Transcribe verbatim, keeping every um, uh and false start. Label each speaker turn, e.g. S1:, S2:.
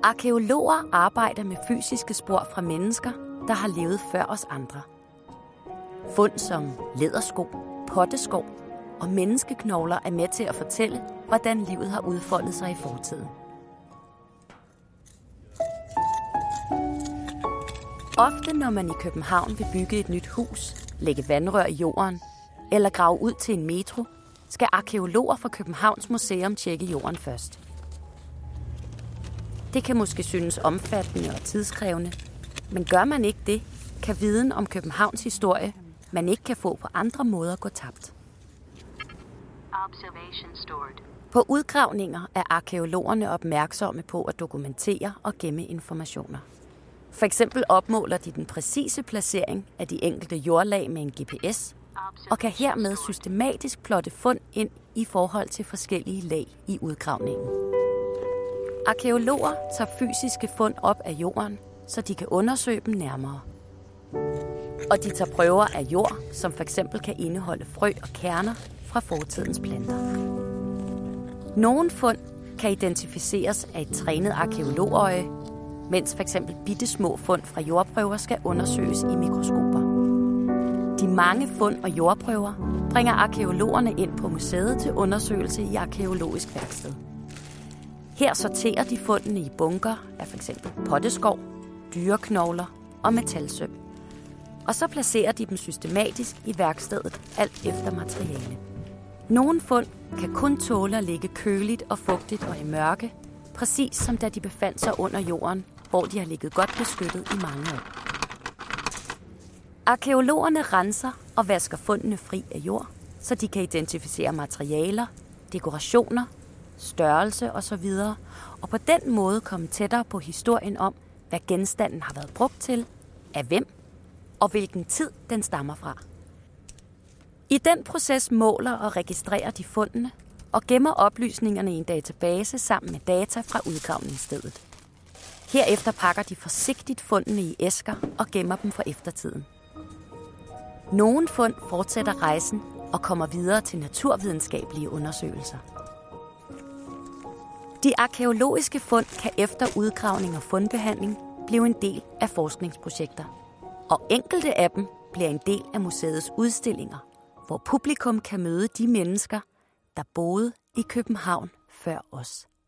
S1: Arkæologer arbejder med fysiske spor fra mennesker, der har levet før os andre. Fund som lædersko, potteskår og menneskeknogler er med til at fortælle, hvordan livet har udfoldet sig i fortiden. Ofte når man i København vil bygge et nyt hus, lægge vandrør i jorden eller grave ud til en metro, skal arkæologer fra Københavns Museum tjekke jorden først. Det kan måske synes omfattende og tidskrævende, men gør man ikke det, kan viden om Københavns historie, man ikke kan få på andre måder, gå tabt. På udgravninger er arkæologerne opmærksomme på at dokumentere og gemme informationer. For eksempel opmåler de den præcise placering af de enkelte jordlag med en G P S, og kan hermed systematisk plotte fund ind i forhold til forskellige lag i udgravningen. Arkæologer tager fysiske fund op af jorden, så de kan undersøge dem nærmere. Og de tager prøver af jord, som for eksempel kan indeholde frø og kerner fra fortidens planter. Nogle fund kan identificeres af et trænet arkæologøje, mens for eksempel bittesmå fund fra jordprøver skal undersøges i mikroskoper. De mange fund og jordprøver bringer arkæologerne ind på museet til undersøgelse i arkæologisk værksted. Her sorterer de fundene i bunker af for eksempel potteskår, dyreknogler og metalsøm. Og så placerer de dem systematisk i værkstedet, alt efter materiale. Nogle fund kan kun tåle at ligge køligt og fugtigt og i mørke, præcis som da de befandt sig under jorden, hvor de har ligget godt beskyttet i mange år. Arkæologerne renser og vasker fundene fri af jord, så de kan identificere materialer, dekorationer, størrelse osv., og på den måde komme tættere på historien om, hvad genstanden har været brugt til, af hvem og hvilken tid den stammer fra. I den proces måler og registrerer de fundene og gemmer oplysningerne i en database sammen med data fra udgravningsstedet. Herefter pakker de forsigtigt fundene i æsker og gemmer dem for eftertiden. Nogle fund fortsætter rejsen og kommer videre til naturvidenskabelige undersøgelser. De arkæologiske fund kan efter udgravning og fundbehandling blive en del af forskningsprojekter, og enkelte af dem bliver en del af museets udstillinger, hvor publikum kan møde de mennesker, der boede i København før os.